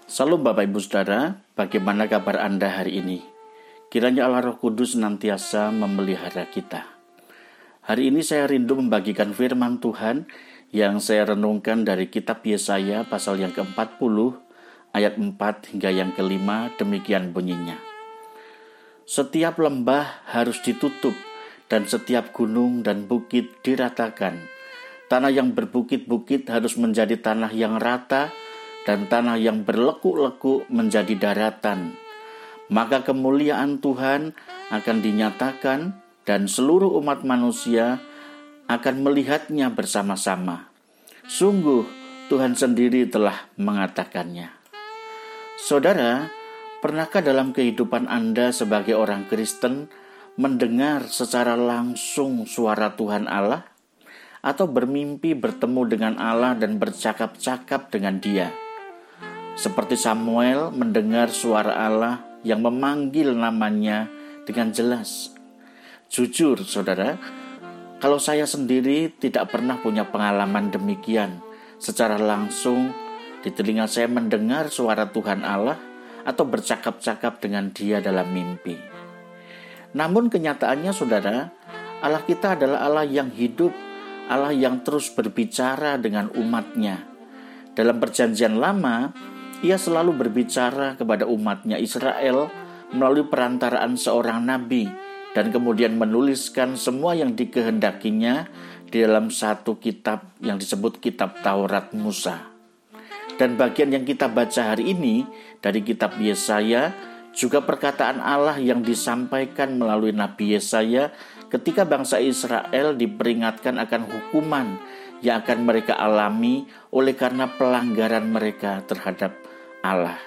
Salam Bapak Ibu Saudara, bagaimana kabar Anda hari ini? Kiranya Allah Roh Kudus senantiasa memelihara kita. Hari ini saya rindu membagikan firman Tuhan yang saya renungkan dari kitab Yesaya pasal yang ke-40, ayat 4 hingga yang ke-5, demikian bunyinya. Setiap lembah harus ditutup dan setiap gunung dan bukit diratakan. Tanah yang berbukit-bukit harus menjadi tanah yang rata dan tanah yang berlekuk-lekuk menjadi daratan. Maka kemuliaan Tuhan akan dinyatakan dan seluruh umat manusia akan melihatnya bersama-sama. Sungguh Tuhan sendiri telah mengatakannya. Saudara, pernahkah dalam kehidupan Anda sebagai orang Kristen mendengar secara langsung suara Tuhan Allah? Atau bermimpi bertemu dengan Allah dan bercakap-cakap dengan Dia? Seperti Samuel mendengar suara Allah yang memanggil namanya dengan jelas. Jujur saudara, kalau saya sendiri tidak pernah punya pengalaman demikian. Secara langsung di telinga saya mendengar suara Tuhan Allah atau bercakap-cakap dengan Dia dalam mimpi. Namun kenyataannya saudara, Allah kita adalah Allah yang hidup, Allah yang terus berbicara dengan umatnya. Dalam perjanjian lama, Ia selalu berbicara kepada umatnya Israel melalui perantaraan seorang nabi dan kemudian menuliskan semua yang dikehendakinya di dalam satu kitab yang disebut kitab Taurat Musa. Dan bagian yang kita baca hari ini dari kitab Yesaya juga perkataan Allah yang disampaikan melalui Nabi Yesaya ketika bangsa Israel diperingatkan akan hukuman yang akan mereka alami oleh karena pelanggaran mereka terhadap Allah.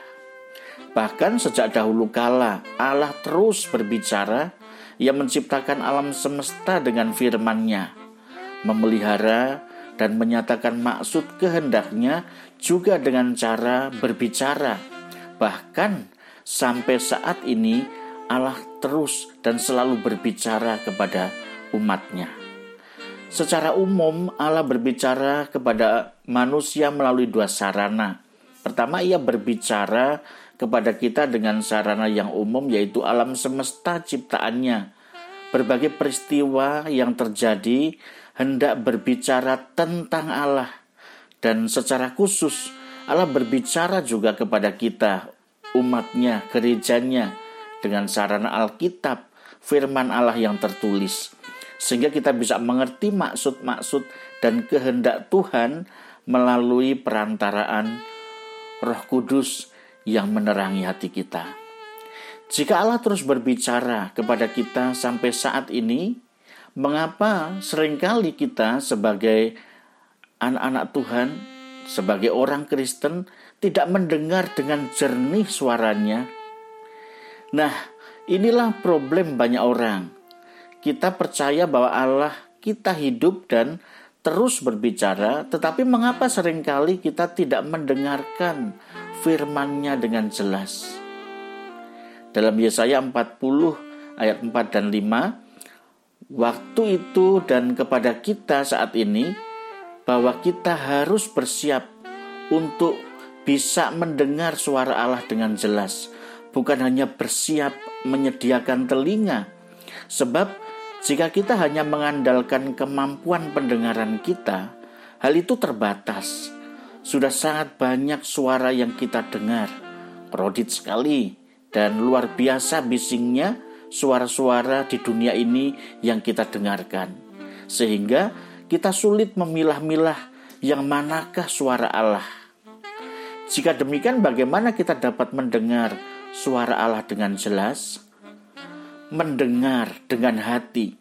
Bahkan sejak dahulu kala Allah terus berbicara. Ia menciptakan alam semesta dengan firman-Nya, memelihara dan menyatakan maksud kehendaknya juga dengan cara berbicara. Bahkan sampai saat ini Allah terus dan selalu berbicara kepada umatnya. Secara umum Allah berbicara kepada manusia melalui dua sarana. Pertama, Ia berbicara kepada kita dengan sarana yang umum, yaitu alam semesta ciptaannya. Berbagai peristiwa yang terjadi hendak berbicara tentang Allah. Dan secara khusus Allah berbicara juga kepada kita, umatnya, gerejanya, dengan sarana Alkitab, firman Allah yang tertulis. Sehingga kita bisa mengerti maksud-maksud dan kehendak Tuhan melalui perantaraan Roh Kudus yang menerangi hati kita. Jika Allah terus berbicara kepada kita sampai saat ini, mengapa seringkali kita sebagai anak-anak Tuhan, sebagai orang Kristen, tidak mendengar dengan jernih suaranya? Nah, inilah problem banyak orang. Kita percaya bahwa Allah kita hidup dan terus berbicara, tetapi mengapa seringkali kita tidak mendengarkan firman-Nya dengan jelas? Dalam Yesaya 40 ayat 4 dan 5, waktu itu dan kepada kita saat ini, bahwa kita harus bersiap untuk bisa mendengar suara Allah dengan jelas. Bukan hanya bersiap menyediakan telinga. Sebab jika kita hanya mengandalkan kemampuan pendengaran kita, hal itu terbatas. Sudah sangat banyak suara yang kita dengar. Krodit sekali dan luar biasa bisingnya suara-suara di dunia ini yang kita dengarkan. Sehingga kita sulit memilah-milah yang manakah suara Allah. Jika demikian, bagaimana kita dapat mendengar suara Allah dengan jelas? Mendengar dengan hati.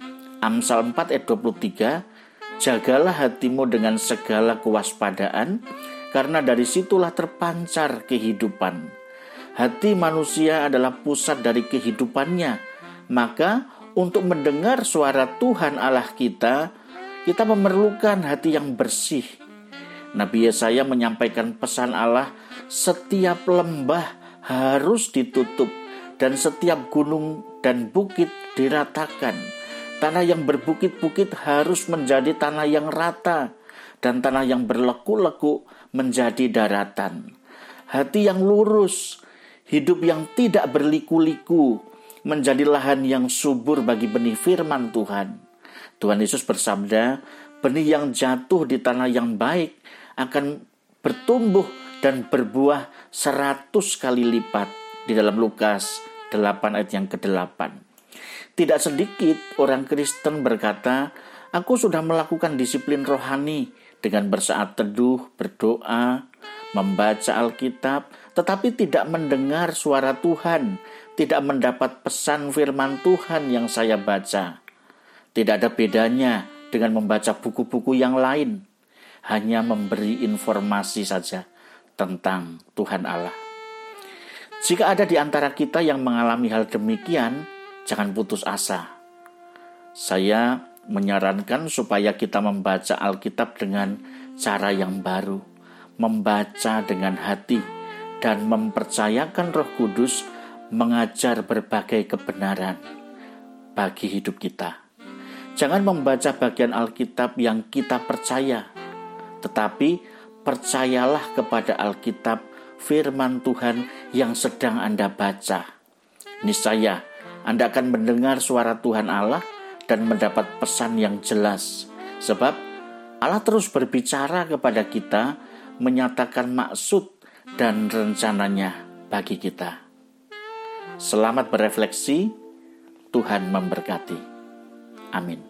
Amsal 4 ayat 23, jagalah hatimu dengan segala kewaspadaan, karena dari situlah terpancar kehidupan. Hati manusia adalah pusat dari kehidupannya. Maka untuk mendengar suara Tuhan Allah kita memerlukan hati yang bersih. Nabi Yesaya menyampaikan pesan Allah, setiap lembah harus ditutup dan setiap gunung dan bukit diratakan. Tanah yang berbukit-bukit harus menjadi tanah yang rata dan tanah yang berlekuk-lekuk menjadi daratan. hati yang lurus, hidup yang tidak berliku-liku, menjadi lahan yang subur bagi benih firman Tuhan. Tuhan Yesus bersabda, benih yang jatuh di tanah yang baik akan bertumbuh dan berbuah 100 kali lipat, di dalam Lukas 8 ayat yang ke-8. Tidak sedikit orang Kristen berkata, aku sudah melakukan disiplin rohani dengan bersaat teduh, berdoa, membaca Alkitab, tetapi tidak mendengar suara Tuhan, tidak mendapat pesan firman Tuhan yang saya baca. Tidak ada bedanya dengan membaca buku-buku yang lain, hanya memberi informasi saja tentang Tuhan Allah. Jika ada di antara kita yang mengalami hal demikian, jangan putus asa. Saya menyarankan supaya kita membaca Alkitab dengan cara yang baru, membaca dengan hati, dan mempercayakan Roh Kudus mengajar berbagai kebenaran bagi hidup kita. Jangan membaca bagian Alkitab yang kita percaya, tetapi percayalah kepada Alkitab, firman Tuhan yang sedang Anda baca. Niscaya Anda akan mendengar suara Tuhan Allah dan mendapat pesan yang jelas. Sebab Allah terus berbicara kepada kita, menyatakan maksud dan rencananya bagi kita. Selamat berefleksi, Tuhan memberkati. Amin.